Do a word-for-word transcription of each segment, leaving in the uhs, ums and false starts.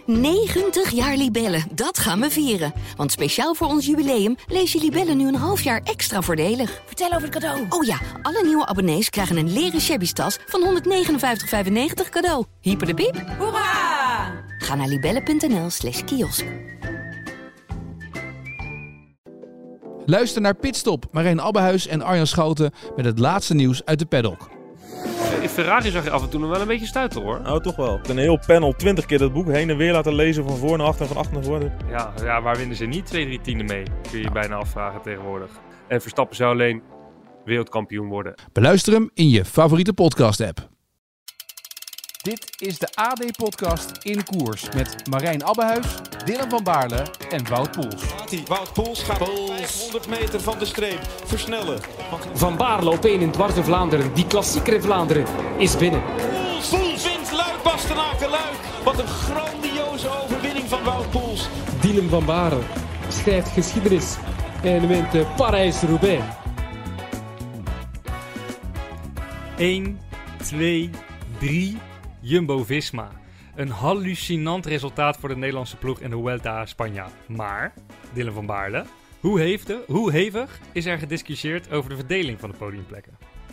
negentig jaar Libellen, dat gaan we vieren. Want speciaal voor ons jubileum lees je Libellen nu een half jaar extra voordelig. Vertel over het cadeau. Oh ja, alle nieuwe abonnees krijgen een leren shabby tas van honderdnegenenvijftig vijfennegentig cadeau. Hyper de piep. Hoera! Ga naar libellen.nl slash kiosk. Luister naar Pitstop, Marijn Abbehuis en Arjan Schouten met het laatste nieuws uit de paddock. In Ferrari zag je af en toe nog wel een beetje stuiten, hoor. Nou, toch wel. Een heel panel twintig keer dat boek heen en weer laten lezen van voor naar achter en van achter naar voor. Ja, ja, waar winnen ze niet twee, drie tienden mee? Kun je je bijna afvragen tegenwoordig. En Verstappen zou alleen wereldkampioen worden. Beluister hem in je favoriete podcast-app. Dit is de A D-podcast In Koers met Marijn Abbehuis, Dylan van Baarle en Wout Poels. Wout Poels gaat vijfhonderd meter van de streep versnellen. Van Baarle op één in dwars in Vlaanderen. Die klassieker in Vlaanderen is binnen. Poels, Poels wint Luik, Bastenaken, Luik. Wat een grandioze overwinning van Wout Poels. Dylan van Baarle schrijft geschiedenis en wint Parijs-Roubaix. één, twee, drie... Jumbo-Visma. Een hallucinant resultaat voor de Nederlandse ploeg in de Vuelta a España. Maar, Dylan van Baarle, hoe, heeft hoe hevig is er gediscussieerd over de verdeling van de podiumplekken?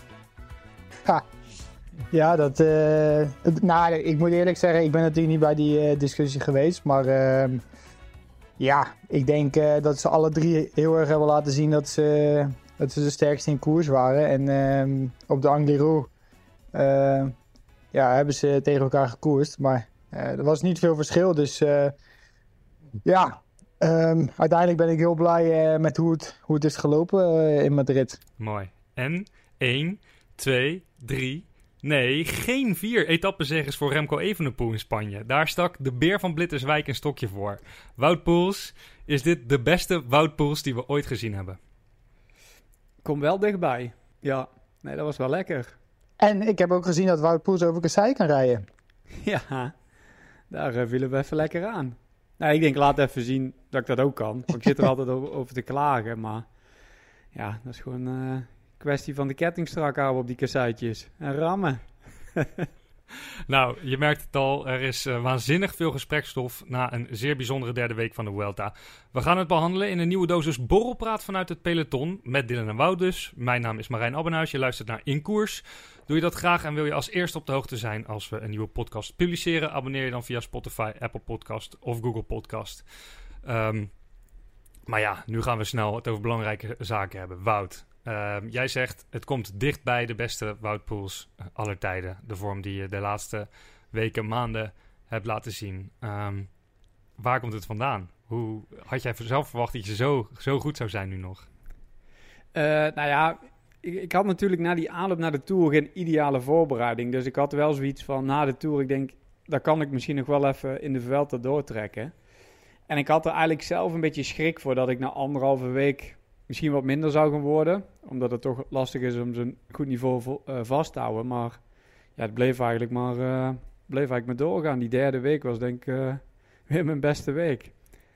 Ha. Ja, dat... Uh, nou, ik moet eerlijk zeggen, ik ben natuurlijk niet bij die uh, discussie geweest. Maar uh, ja, ik denk uh, dat ze alle drie heel erg hebben laten zien dat ze, dat ze de sterkste in koers waren. En uh, op de Angliru... Uh, Ja, hebben ze tegen elkaar gekoerst, maar uh, er was niet veel verschil. Dus uh, ja, um, uiteindelijk ben ik heel blij uh, met hoe het, hoe het is gelopen uh, in Madrid. Mooi. En één, twee, drie, nee, geen vier etappenzegers voor Remco Evenepoel in Spanje. Daar stak de beer van Blitterswijk een stokje voor. Wout Poels, is dit de beste Wout Poels die we ooit gezien hebben? Kom wel dichtbij. Ja, nee, dat was wel lekker. En ik heb ook gezien dat Wout Poels over Kassei kan rijden. Ja, daar uh, vielen we even lekker aan. Nou, ik denk, laat even zien dat ik dat ook kan. Want ik zit er altijd over te klagen, maar ja, dat is gewoon een uh, kwestie van de ketting strak houden op die kasseitjes. En rammen. Nou, je merkt het al, er is uh, waanzinnig veel gesprekstof na een zeer bijzondere derde week van de Vuelta. We gaan het behandelen in een nieuwe dosis borrelpraat vanuit het peloton, met Dylan en Wout dus. Mijn naam is Marijn Abbenhuis, je luistert naar In Koers. Doe je dat graag en wil je als eerste op de hoogte zijn als we een nieuwe podcast publiceren, abonneer je dan via Spotify, Apple Podcast of Google Podcast. Um, maar ja, nu gaan we snel het over belangrijke zaken hebben. Wout. Uh, jij zegt, het komt dicht bij de beste Wout Poels uh, aller tijden. De vorm die je de laatste weken, maanden hebt laten zien. Um, waar komt het vandaan? Hoe had jij zelf verwacht dat je zo, zo goed zou zijn nu nog? Uh, nou ja, ik, ik had natuurlijk na die aanloop naar de Tour geen ideale voorbereiding. Dus ik had wel zoiets van, na de Tour, ik denk, daar kan ik misschien nog wel even in de Vuelta doortrekken. En ik had er eigenlijk zelf een beetje schrik voor dat ik na anderhalve week misschien wat minder zou gaan worden. Omdat het toch lastig is om zo'n goed niveau vo- uh, vast te houden. Maar ja, het bleef eigenlijk maar, uh, bleef eigenlijk maar doorgaan. Die derde week was denk ik uh, weer mijn beste week.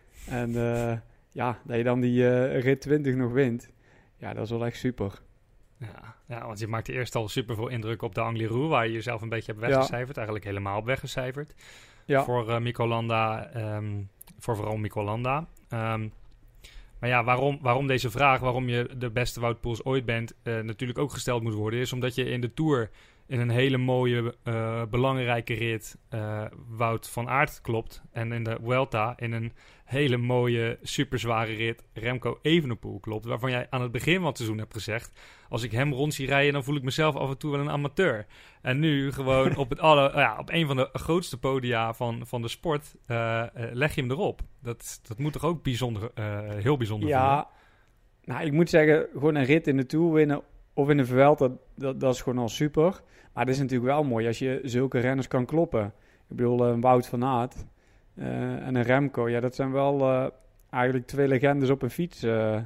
En uh, ja, dat je dan die uh, rit twintig nog wint. Ja, dat is wel echt super. Ja, ja, want je maakte eerst al super veel indruk op de Angliru, waar je jezelf een beetje hebt weggecijferd. Ja. Eigenlijk helemaal op weggecijferd. Ja. Voor uh, Mico Landa, um, voor vooral Mico Landa. Um, Maar ja, waarom, waarom deze vraag, waarom je de beste Wout Poels ooit bent, uh, natuurlijk ook gesteld moet worden, is omdat je in de Tour in een hele mooie, uh, belangrijke rit uh, Wout van Aert klopt. En in de Vuelta in een hele mooie, superzware rit Remco Evenepoel klopt. Waarvan jij aan het begin van het seizoen hebt gezegd, als ik hem rond zie rijden, dan voel ik mezelf af en toe wel een amateur. En nu gewoon op, het alle, ja, op een van de grootste podia van, van de sport uh, uh, leg je hem erop. Dat, dat moet toch ook bijzonder, uh, heel bijzonder ja, voelen? Nou, ik moet zeggen, gewoon een rit in de Tour winnen of in de Vuelta, dat, dat is gewoon al super. Maar het is natuurlijk wel mooi als je zulke renners kan kloppen. Ik bedoel, een Wout van Aert uh, en een Remco. Ja, dat zijn wel uh, eigenlijk twee legendes op een fiets. Uh,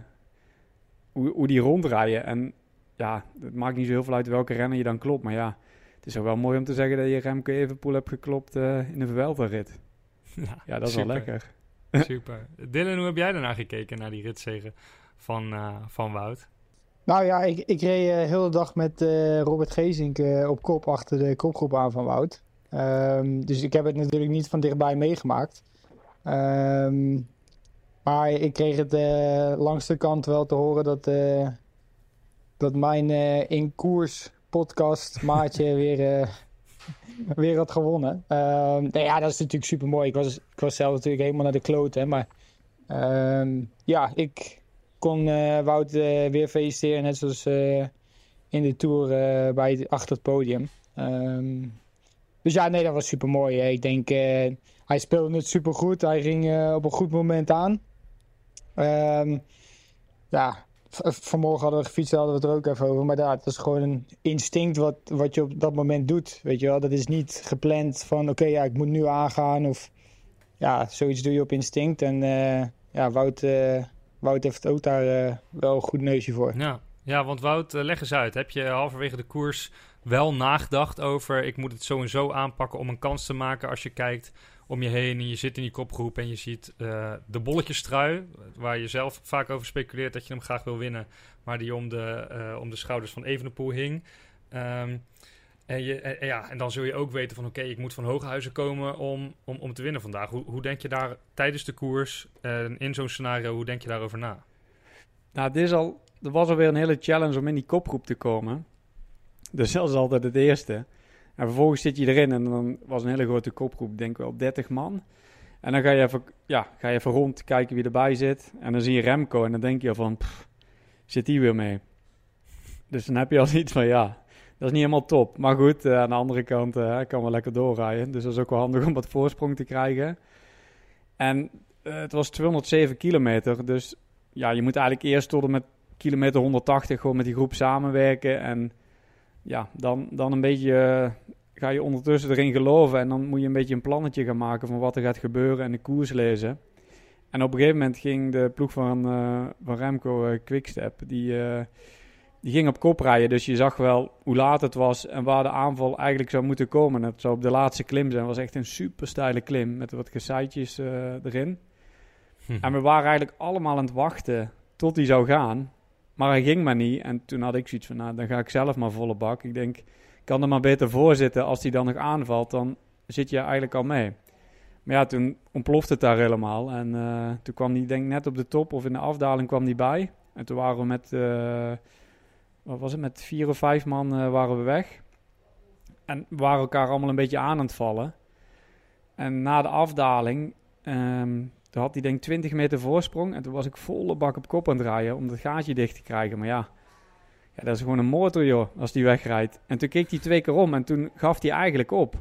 hoe, hoe die rondrijden. En ja, het maakt niet zo heel veel uit welke renner je dan klopt. Maar ja, het is ook wel mooi om te zeggen dat je Remco Evenepoel hebt geklopt uh, in de Vuelta-rit. Ja, ja, dat is super. wel lekker. Super. Dylan, hoe heb jij daarna gekeken, naar die ritzege van, uh, van Wout? Nou ja, ik, ik reed uh, heel de dag met uh, Robert Geesink uh, op kop achter de kopgroep aan van Wout. Um, dus ik heb het natuurlijk niet van dichtbij meegemaakt. Um, maar ik kreeg het uh, langs de kant wel te horen dat, uh, dat mijn uh, in koers podcast maatje weer, uh, weer had gewonnen. Um, nou ja, dat is natuurlijk super mooi. Ik was, ik was zelf natuurlijk helemaal naar de kloten. Maar um, ja, ik kon uh, Wout uh, weer feliciteren. Net zoals uh, in de Tour uh, bij, achter het podium. Um, dus ja, nee, dat was super mooi. Ik denk, uh, hij speelde het super goed. Hij ging uh, op een goed moment aan. Um, ja, v- vanmorgen hadden we gefietst, hadden we het er ook even over. Maar ja, dat is gewoon een instinct wat, wat je op dat moment doet. Weet je wel, dat is niet gepland van oké, okay, ja, ik moet nu aangaan. Of ja, zoiets doe je op instinct. En uh, ja, Wout, uh, Wout heeft ook daar uh, wel een goed neusje voor. Ja, ja want Wout, uh, leg eens uit. Heb je halverwege de koers wel nagedacht over ik moet het zo en zo aanpakken om een kans te maken als je kijkt om je heen en je zit in die kopgroep en je ziet uh, de bolletjestrui, waar je zelf vaak over speculeert dat je hem graag wil winnen, maar die om de, uh, om de schouders van Evenepoel hing. Um, en, je, en, ja, en dan zul je ook weten van oké, okay, ik moet van Hooghuizen komen om, om, om te winnen vandaag. Hoe, hoe denk je daar tijdens de koers uh, in zo'n scenario, hoe denk je daarover na? Nou, dit is al, er was alweer een hele challenge om in die kopgroep te komen. Dus dat is altijd het eerste. En vervolgens zit je erin en dan was een hele grote kopgroep, denk ik wel dertig man. En dan ga je even, ja, ga je even rond kijken wie erbij zit. En dan zie je Remco en dan denk je van, pff, zit die weer mee? Dus dan heb je al iets van, ja, dat is niet helemaal top. Maar goed, uh, aan de andere kant uh, kan wel lekker doorrijden. Dus dat is ook wel handig om wat voorsprong te krijgen. En uh, het was tweehonderdzeven kilometer, dus ja, je moet eigenlijk eerst tot en met kilometer honderdtachtig gewoon met die groep samenwerken en ja, dan, dan een beetje uh, ga je ondertussen erin geloven en dan moet je een beetje een plannetje gaan maken van wat er gaat gebeuren en de koers lezen. En op een gegeven moment ging de ploeg van, uh, van Remco uh, Quickstep, die, uh, die ging op kop rijden. Dus je zag wel hoe laat het was en waar de aanval eigenlijk zou moeten komen. Het zou op de laatste klim zijn. Het was echt een super steile klim met wat kasseitjes uh, erin. Hm. En we waren eigenlijk allemaal aan het wachten tot hij zou gaan. Maar hij ging maar niet. En toen had ik zoiets van, nou, dan ga ik zelf maar volle bak. Ik denk, ik kan er maar beter voor zitten. Als hij dan nog aanvalt, dan zit je eigenlijk al mee. Maar ja, toen ontplofte het daar helemaal. En uh, toen kwam hij, denk ik, net op de top of in de afdaling kwam hij bij. En toen waren we met, uh, wat was het, met vier of vijf man uh, waren we weg. En we waren elkaar allemaal een beetje aan aan het vallen. En na de afdaling, um, toen had hij denk ik twintig meter voorsprong. En toen was ik volle bak op kop aan het rijden om dat gaatje dicht te krijgen. Maar ja, ja, dat is gewoon een motor, joh, als die wegrijdt. En toen keek hij twee keer om en toen gaf hij eigenlijk op.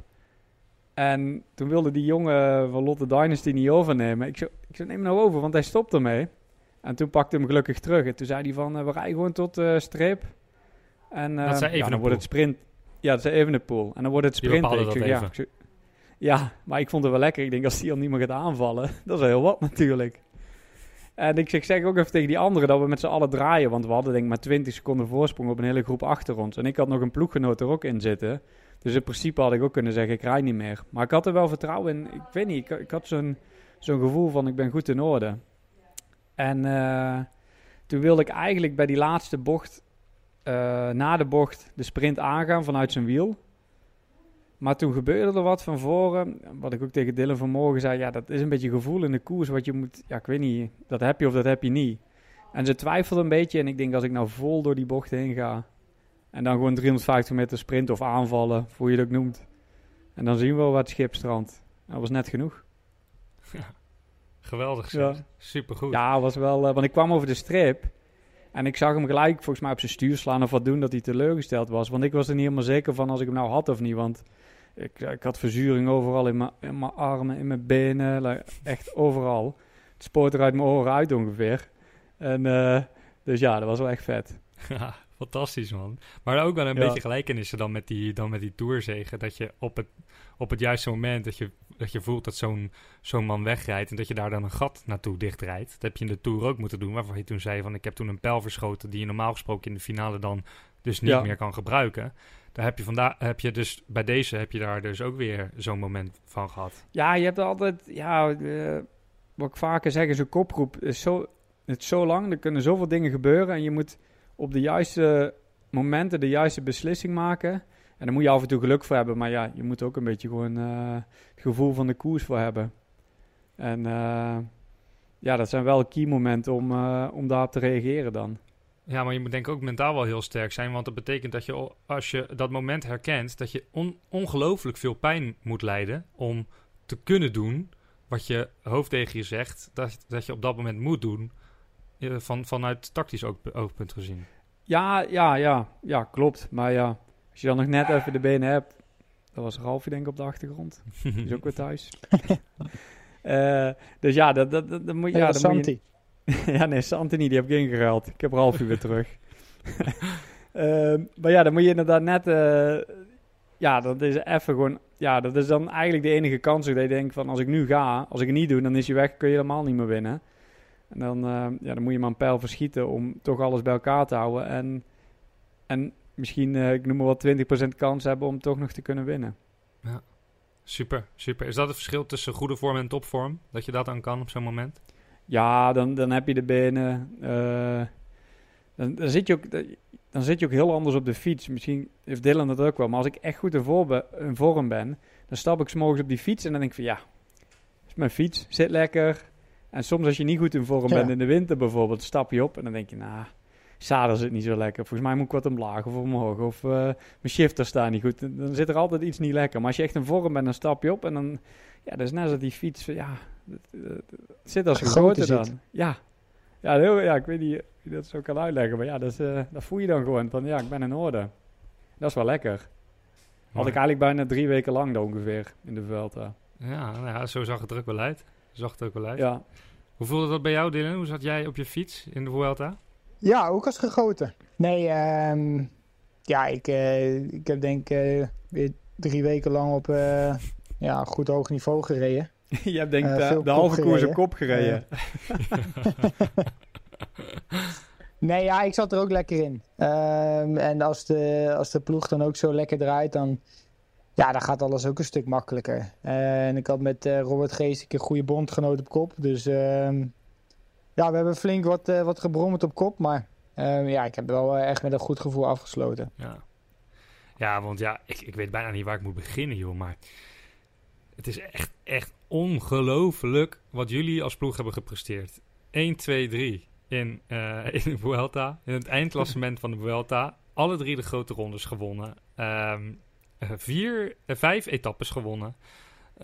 En toen wilde die jongen van Lotte Dynasty niet overnemen. Ik zei, ik zei neem hem nou over, want hij stopt ermee. En toen pakte hij hem gelukkig terug. En toen zei hij van, uh, we rijden gewoon tot uh, streep. En uh, dat zei ja, dan wordt het sprint. Ja, dat zei Evenepoel. En dan wordt het sprint. Ik zeg, ja, ik zei, ja, maar ik vond het wel lekker. Ik denk, als die al niet meer gaat aanvallen, dat is wel heel wat natuurlijk. En ik zeg, zeg ook even tegen die anderen dat we met z'n allen draaien. Want we hadden denk ik maar twintig seconden voorsprong op een hele groep achter ons. En ik had nog een ploeggenoot er ook in zitten. Dus in principe had ik ook kunnen zeggen, ik rijd niet meer. Maar ik had er wel vertrouwen in. Ik weet niet, ik, ik had zo'n, zo'n gevoel van, ik ben goed in orde. En uh, toen wilde ik eigenlijk bij die laatste bocht, uh, na de bocht, de sprint aangaan vanuit zijn wiel. Maar toen gebeurde er wat van voren. Wat ik ook tegen Dylan vanmorgen zei, ja, dat is een beetje gevoel in de koers. Wat je moet, ja, ik weet niet, dat heb je of dat heb je niet. En ze twijfelde een beetje. En ik denk, als ik nou vol door die bocht heen ga en dan gewoon driehonderdvijftig meter sprint of aanvallen, hoe je het ook noemt. En dan zien we wel wat schipstrand. Dat was net genoeg. Ja, geweldig zeg. Ja. Supergoed. Ja, was wel, uh, want ik kwam over de streep en ik zag hem gelijk volgens mij op zijn stuur slaan of wat doen dat hij teleurgesteld was. Want ik was er niet helemaal zeker van als ik hem nou had of niet. Want ik, ik had verzuring overal in mijn, in mijn armen, in mijn benen, echt overal. Het spoort er uit mijn oren uit ongeveer. En uh, dus ja, dat was wel echt vet. Ja, fantastisch man. Maar ook wel een ja. beetje gelijkenissen dan met die, dan met die tourzegen. Dat je op het, op het juiste moment dat je, dat je voelt dat zo'n, zo'n man wegrijdt en dat je daar dan een gat naartoe dichtrijdt. Dat heb je in de Tour ook moeten doen, waarvan je toen zei van ik heb toen een pijl verschoten die je normaal gesproken in de finale dan dus niet ja. meer kan gebruiken. Daar heb je vandaag heb je dus bij deze heb je daar dus ook weer zo'n moment van gehad. Ja, je hebt altijd, ja, uh, wat ik vaker zeg, is een kopgroep is zo, het is zo lang, er kunnen zoveel dingen gebeuren en je moet op de juiste momenten de juiste beslissing maken. En daar moet je af en toe geluk voor hebben. Maar ja, je moet ook een beetje gewoon uh, het gevoel van de koers voor hebben. En uh, ja, dat zijn wel key momenten om, uh, om daarop te reageren dan. Ja, maar je moet denk ik ook mentaal wel heel sterk zijn. Want dat betekent dat je, als je dat moment herkent, dat je on- ongelooflijk veel pijn moet lijden om te kunnen doen wat je hoofd tegen je zegt, dat, dat je op dat moment moet doen, van, vanuit tactisch ook, oogpunt gezien. Ja, ja, ja, ja, klopt. Maar ja, als je dan nog net even de benen hebt, dat was Ralfje denk ik op de achtergrond. Die is ook weer thuis. uh, dus ja, dat, dat, dat, dat moet, ja, ja, dat moet je... ja, nee, Santi niet, die heb ik ingeruild. Ik heb Ralfje weer terug. uh, maar ja, dan moet je inderdaad net... Uh, ja, dat is even gewoon... Ja, dat is dan eigenlijk de enige kans dat je denkt van, als ik nu ga, als ik het niet doe, dan is je weg, kun je helemaal niet meer winnen. En dan, uh, ja, dan moet je maar een pijl verschieten om toch alles bij elkaar te houden. En, en misschien, uh, ik noem maar wat, twintig procent kans hebben om toch nog te kunnen winnen. Ja, super, super. Is dat het verschil tussen goede vorm en topvorm? Dat je dat dan kan op zo'n moment? Ja, dan, dan heb je de benen. Uh, dan, dan, zit je ook, dan zit je ook heel anders op de fiets. Misschien heeft Dylan dat ook wel. Maar als ik echt goed in vorm, in vorm ben, dan stap ik 's morgens op die fiets en dan denk ik van ja, dat is mijn fiets, zit lekker. En soms als je niet goed in vorm ja. bent in de winter bijvoorbeeld, stap je op en dan denk je, nou, zadel zit niet zo lekker. Volgens mij moet ik wat omlaag of omhoog. Of uh, mijn shifter staat niet goed. Dan zit er altijd iets niet lekker. Maar als je echt in vorm bent, dan stap je op en dan, ja, dat is net als die fiets, ja, het, het zit als gegoten dan. Ja. Ja, heel, ja, ik weet niet hoe je dat zo kan uitleggen, maar ja, dat, is, uh, dat voel je dan gewoon. Van ja, ik ben in orde. Dat is wel lekker. Mooi. Had ik eigenlijk bijna drie weken lang dan ongeveer in de Vuelta. Ja, nou ja, zo zag het er ook wel uit. Zag het ook wel uit. Ja. Hoe voelde dat bij jou, Dylan? Hoe zat jij op je fiets in de Vuelta? Ja, ook als gegoten. Nee, um, ja, ik, uh, ik heb denk ik uh, weer drie weken lang op uh, ja, goed hoog niveau gereden. Je hebt denk ik uh, de, de halve koers op kop gereden. Uh. Nee, ja, ik zat er ook lekker in. Um, en als de, als de ploeg dan ook zo lekker draait, dan, ja, dan gaat alles ook een stuk makkelijker. Uh, en ik had met uh, Robert Geesink een goede bondgenoot op kop. Dus uh, ja, we hebben flink wat, uh, wat gebrommeld op kop. Maar uh, ja, ik heb wel uh, echt met een goed gevoel afgesloten. Ja, ja want ja, ik, ik weet bijna niet waar ik moet beginnen, joh. Maar het is echt, echt ongelooflijk wat jullie als ploeg hebben gepresteerd. één, twee, drie in, uh, in de Vuelta. In het eindklassement van de Vuelta. Alle drie de grote rondes gewonnen. Um, vier, uh, vijf etappes gewonnen. Uh,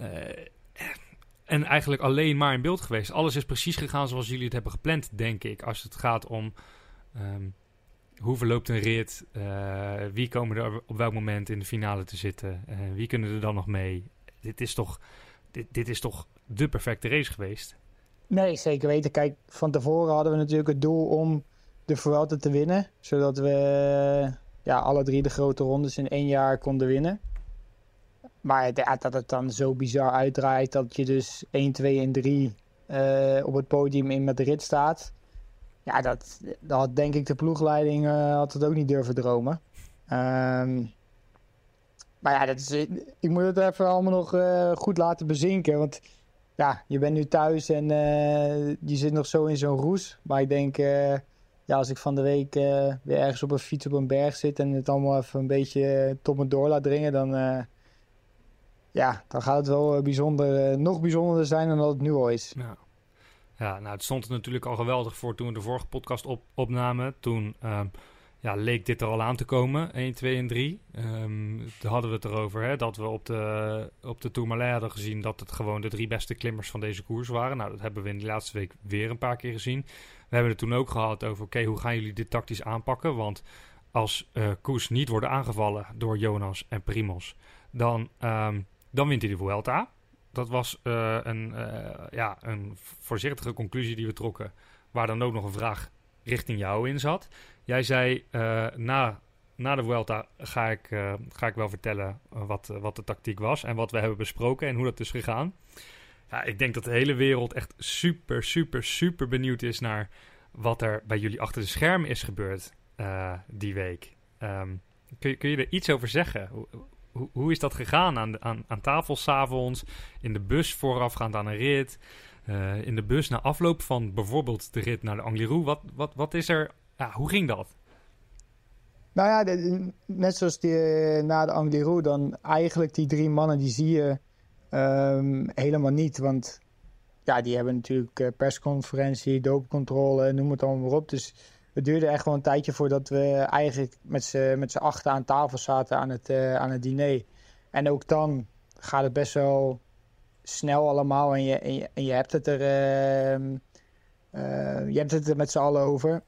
en eigenlijk alleen maar in beeld geweest. Alles is precies gegaan zoals jullie het hebben gepland, denk ik. Als het gaat om um, hoe verloopt een rit. Uh, wie komen er op welk moment in de finale te zitten. Uh, wie kunnen er dan nog mee. Dit is toch, dit, dit is toch de perfecte race geweest? Nee, zeker weten. Kijk, van tevoren hadden we natuurlijk het doel om de Vuelta te winnen. Zodat we ja, alle drie de grote rondes in één jaar konden winnen. Maar het, dat het dan zo bizar uitdraait dat je dus één, twee en drie uh, op het podium in Madrid staat. Ja, dat, dat had denk ik de ploegleiding uh, had het ook niet durven dromen. Um, maar ja, dat is, ik moet het even allemaal nog uh, goed laten bezinken. Want ja, je bent nu thuis en uh, je zit nog zo in zo'n roes. Maar ik denk, uh, ja, als ik van de week uh, weer ergens op een fiets op een berg zit en het allemaal even een beetje uh, tot me door laat dringen, dan, uh, ja, dan gaat het wel uh, bijzonder, uh, nog bijzonderder zijn dan dat het nu al is. Ja. Ja, nou, het stond er natuurlijk al geweldig voor toen we de vorige podcast op, opnamen. Toen um, ja, leek dit er al aan te komen, één, twee en drie. Um, toen hadden we het erover, hè, dat we op de, op de Tourmalet hadden gezien dat het gewoon de drie beste klimmers van deze koers waren. Nou, dat hebben we in de laatste week weer een paar keer gezien. We hebben het toen ook gehad over, oké, okay, hoe gaan jullie dit tactisch aanpakken? Want als uh, Koes niet worden aangevallen door Jonas en Primoz, dan, um, dan wint hij de Vuelta. Dat was uh, een, uh, ja, een voorzichtige conclusie die we trokken, waar dan ook nog een vraag richting jou in zat. Jij zei, uh, na, na de Vuelta ga ik, uh, ga ik wel vertellen wat, uh, wat de tactiek was en wat we hebben besproken en hoe dat is gegaan. Ja, ik denk dat de hele wereld echt super, super, super benieuwd is naar wat er bij jullie achter de schermen is gebeurd uh, die week. Um, kun, je, kun je er iets over zeggen? Hoe, hoe, hoe is dat gegaan aan, de, aan, aan tafel 's avonds, in de bus voorafgaand aan een rit, uh, in de bus na afloop van bijvoorbeeld de rit naar de Angliru? Wat, wat, wat is er... Ja, hoe ging dat? Nou ja, de, net zoals die, na de Angliru, dan eigenlijk die drie mannen, die zie je um, helemaal niet. Want ja, die hebben natuurlijk uh, persconferentie, doopcontrole, noem het allemaal maar op. Dus het duurde echt wel een tijdje voordat we eigenlijk met z'n achter aan tafel zaten aan het, uh, aan het diner. En ook dan gaat het best wel snel allemaal en je, en je, en je hebt het er, uh, uh, je hebt het er met z'n allen over.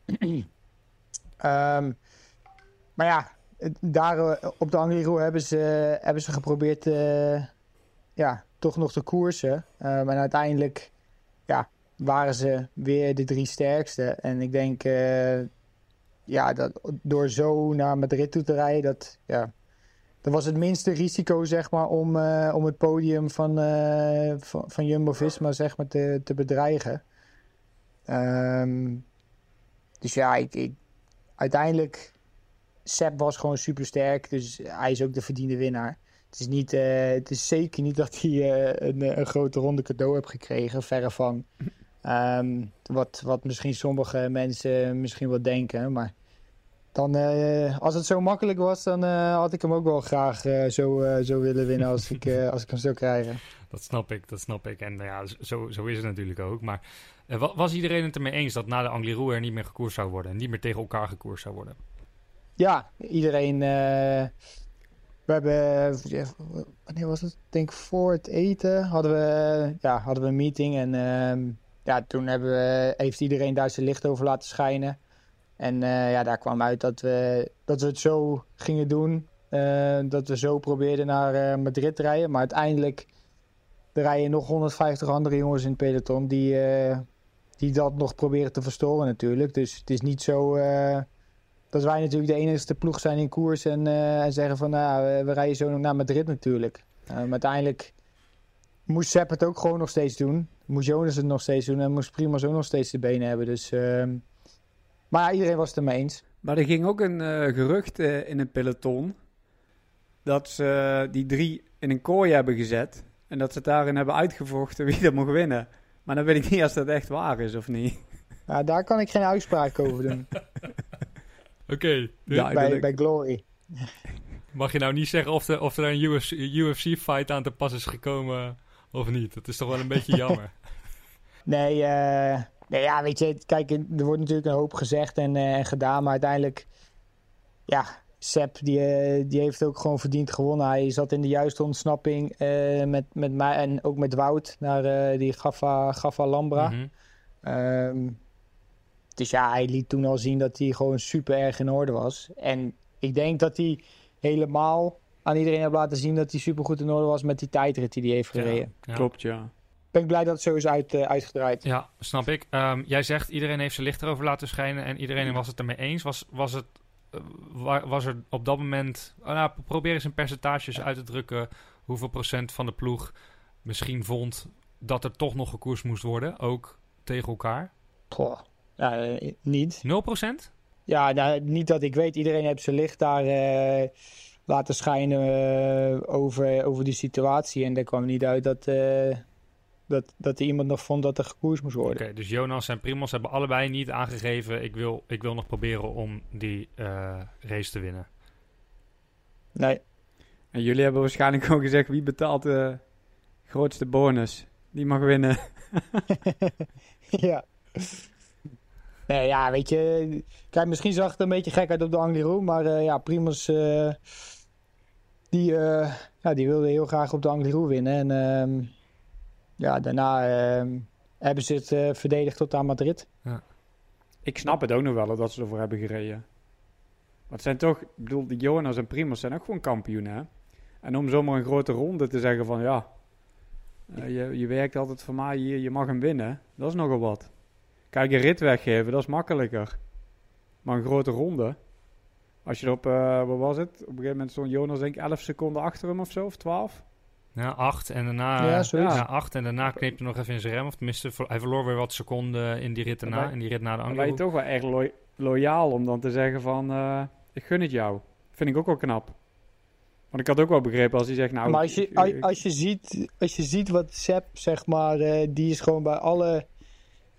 um, maar ja, daar uh, op de Angliru hebben ze, uh, hebben ze geprobeerd uh, ja, toch nog te koersen. Um, en uiteindelijk ja, waren ze weer de drie sterkste. En ik denk uh, ja, dat door zo naar Madrid toe te rijden, dat, ja, dat was het minste risico zeg maar, om, uh, om het podium van, uh, van, van Jumbo-Visma zeg maar, te, te bedreigen. Um, dus ja, ik, ik, uiteindelijk, Sepp was gewoon super sterk, dus hij is ook de verdiende winnaar. Het is, niet, uh, het is zeker niet dat hij uh, een, een grote ronde cadeau heeft gekregen, verre van. Um, wat, wat misschien sommige mensen misschien wel denken, maar dan, uh, als het zo makkelijk was, dan uh, had ik hem ook wel graag uh, zo, uh, zo willen winnen als ik, uh, als ik hem zou krijgen. Dat snap ik, dat snap ik. En uh, ja, zo, zo is het natuurlijk ook. Maar uh, was iedereen het ermee eens dat na de Angliru er niet meer gekoerst zou worden en niet meer tegen elkaar gekoerst zou worden? Ja, iedereen. Uh, we hebben, wanneer was het? Ik denk voor het eten hadden we, ja, hadden we een meeting en uh, ja, toen hebben we, heeft iedereen daar zijn licht over laten schijnen. En uh, ja, daar kwam uit dat we, dat we het zo gingen doen. Uh, dat we zo probeerden naar uh, Madrid te rijden. Maar uiteindelijk er rijden nog honderdvijftig andere jongens in het peloton die, uh, die dat nog proberen te verstoren natuurlijk. Dus het is niet zo uh, dat wij natuurlijk de enige ploeg zijn in koers en, uh, en zeggen van nou, we, we rijden zo nog naar Madrid natuurlijk. Uh, maar uiteindelijk moest Sepp het ook gewoon nog steeds doen. Moest Jonas het nog steeds doen en moest Primož ook nog steeds de benen hebben. Dus... Uh, Maar ja, iedereen was het ermee eens. Maar er ging ook een uh, gerucht uh, in het peloton dat ze uh, die drie in een kooi hebben gezet en dat ze het daarin hebben uitgevochten wie er mocht winnen. Maar dan weet ik niet als dat echt waar is of niet. Ja, daar kan ik geen uitspraak over doen. Oké. Okay, ja, bij, bij Glory. Mag je nou niet zeggen of, de, of er een U F C-fight aan te pas is gekomen of niet? Dat is toch wel een beetje jammer. Nee, eh... Uh... Nee, ja, weet je, kijk, er wordt natuurlijk een hoop gezegd en, uh, en gedaan, maar uiteindelijk, ja, Sepp, die, uh, die heeft ook gewoon verdiend gewonnen. Hij zat in de juiste ontsnapping uh, met, met mij en ook met Wout naar uh, die Gaffa, Gaffa Lambra. Mm-hmm. Um, dus ja, hij liet toen al zien dat hij gewoon super erg in orde was. En ik denk dat hij helemaal aan iedereen heeft laten zien dat hij super goed in orde was met die tijdrit die hij heeft gereden. Ja, ja. Klopt, ja. Ben ik blij dat het zo is uit, uh, uitgedraaid. Ja, snap ik. Um, jij zegt iedereen heeft zijn licht erover laten schijnen en iedereen was het ermee eens. Was, was, het, uh, was er op dat moment... Oh, nou, probeer eens in percentages uit te drukken hoeveel procent van de ploeg misschien vond dat er toch nog gekoerst moest worden, ook tegen elkaar? Goh, ja, uh, niet. nul procent? Ja, nou, niet dat ik weet. Iedereen heeft zijn licht daar uh, laten schijnen uh, over, over die situatie. En daar kwam niet uit dat... Uh, Dat, dat er iemand nog vond dat er gekoerst moest worden. Oké, okay, dus Jonas en Primož hebben allebei niet aangegeven... ik wil, ik wil nog proberen om die uh, race te winnen. Nee. En jullie hebben waarschijnlijk gewoon gezegd... wie betaalt de grootste bonus? Die mag winnen. Ja. Nee, ja, weet je... Kijk, misschien zag het een beetje gek uit op de Angliru... maar uh, ja, Primož... Uh, die, uh, ja, die wilde heel graag op de Angliru winnen. En... Uh, Ja, daarna uh, hebben ze het uh, verdedigd tot aan Madrid. Ja. Ik snap het ook nog wel dat ze ervoor hebben gereden. Maar het zijn toch, ik bedoel, die Jonas en Primož zijn ook gewoon kampioenen. Hè? En om zomaar een grote ronde te zeggen van ja, uh, je, je werkt altijd voor mij hier, je mag hem winnen. Dat is nogal wat. Kijk, een rit weggeven, dat is makkelijker. Maar een grote ronde, als je er op, uh, wat was het? Op een gegeven moment stond Jonas denk ik elf seconden achter hem of zo, of twaalf. Ja, acht en daarna, ja, ja, acht en daarna kneep hij nog even in zijn rem. Of tenminste, hij verloor weer wat seconden in die rit daarna, bij, in die rit na de Angliru. Dan ben je toch wel echt lo- loyaal om dan te zeggen van, uh, ik gun het jou. Vind ik ook wel knap. Want ik had ook wel begrepen als hij zegt, nou... Maar als je, ik, ik, als je, ziet, als je ziet wat Sepp, zeg maar, uh, die is gewoon bij alle,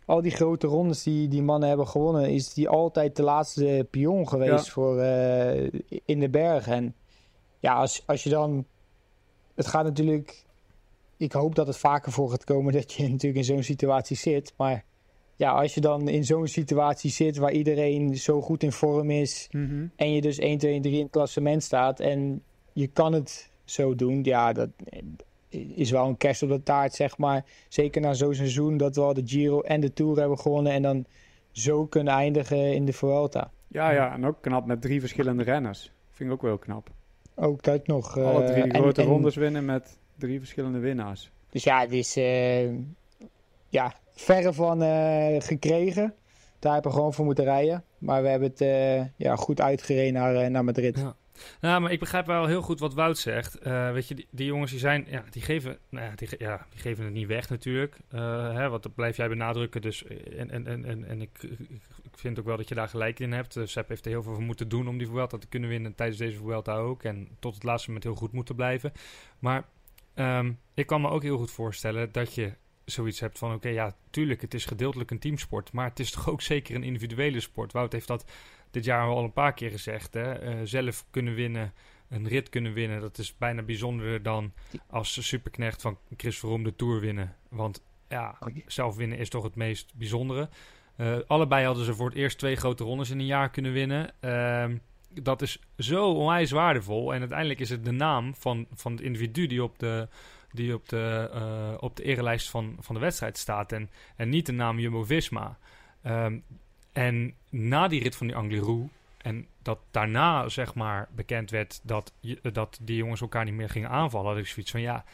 al die grote rondes die die mannen hebben gewonnen, is die altijd de laatste pion geweest ja. voor uh, in de bergen. En ja, als, als je dan... Het gaat natuurlijk... Ik hoop dat het vaker voor gaat komen dat je natuurlijk in zo'n situatie zit. Maar ja, als je dan in zo'n situatie zit waar iedereen zo goed in vorm is... Mm-hmm. En je dus één, twee, drie in het klassement staat en je kan het zo doen, ja, dat is wel een kerst op de taart, zeg maar. Zeker na zo'n seizoen dat we al de Giro en de Tour hebben gewonnen en dan zo kunnen eindigen in de Vuelta. Ja, ja, en ook knap met drie verschillende renners. Vind ik ook wel knap. Ook dat nog. Uh, Alle drie de grote en, rondes en, winnen met drie verschillende winnaars. Dus ja, het is uh, ja, verre van uh, gekregen. Daar hebben we gewoon voor moeten rijden. Maar we hebben het uh, ja, goed uitgereden naar, uh, naar Madrid. Ja. Nou, maar ik begrijp wel heel goed wat Wout zegt. Uh, weet je, die, die jongens die zijn, ja, die geven, nou ja, die, ja, die geven het niet weg natuurlijk. Uh, hè, want dat blijf jij benadrukken. Dus, en en, en, en, en ik, ik vind ook wel dat je daar gelijk in hebt. Uh, Sepp heeft er heel veel voor moeten doen om die Vuelta te kunnen winnen. Tijdens deze Vuelta ook. En tot het laatste moment heel goed moeten blijven. Maar um, ik kan me ook heel goed voorstellen dat je zoiets hebt van... Oké, okay, ja, tuurlijk, het is gedeeltelijk een teamsport. Maar het is toch ook zeker een individuele sport. Wout heeft dat dit jaar al een paar keer gezegd. Hè? Uh, zelf kunnen winnen, een rit kunnen winnen. Dat is bijna bijzonderder dan als superknecht van Chris Froome de Tour winnen. Want ja, zelf winnen is toch het meest bijzondere. Uh, allebei hadden ze voor het eerst twee grote rondes in een jaar kunnen winnen. Uh, dat is zo onwijs waardevol. En uiteindelijk is het de naam van, van het individu die op de... die op de, uh, op de erelijst van, van de wedstrijd staat. En, en niet de naam Jumbo-Visma. Um, en na die rit van die Angliru... en dat daarna, zeg maar, bekend werd... dat, dat die jongens elkaar niet meer gingen aanvallen... had ik zoiets van, ja...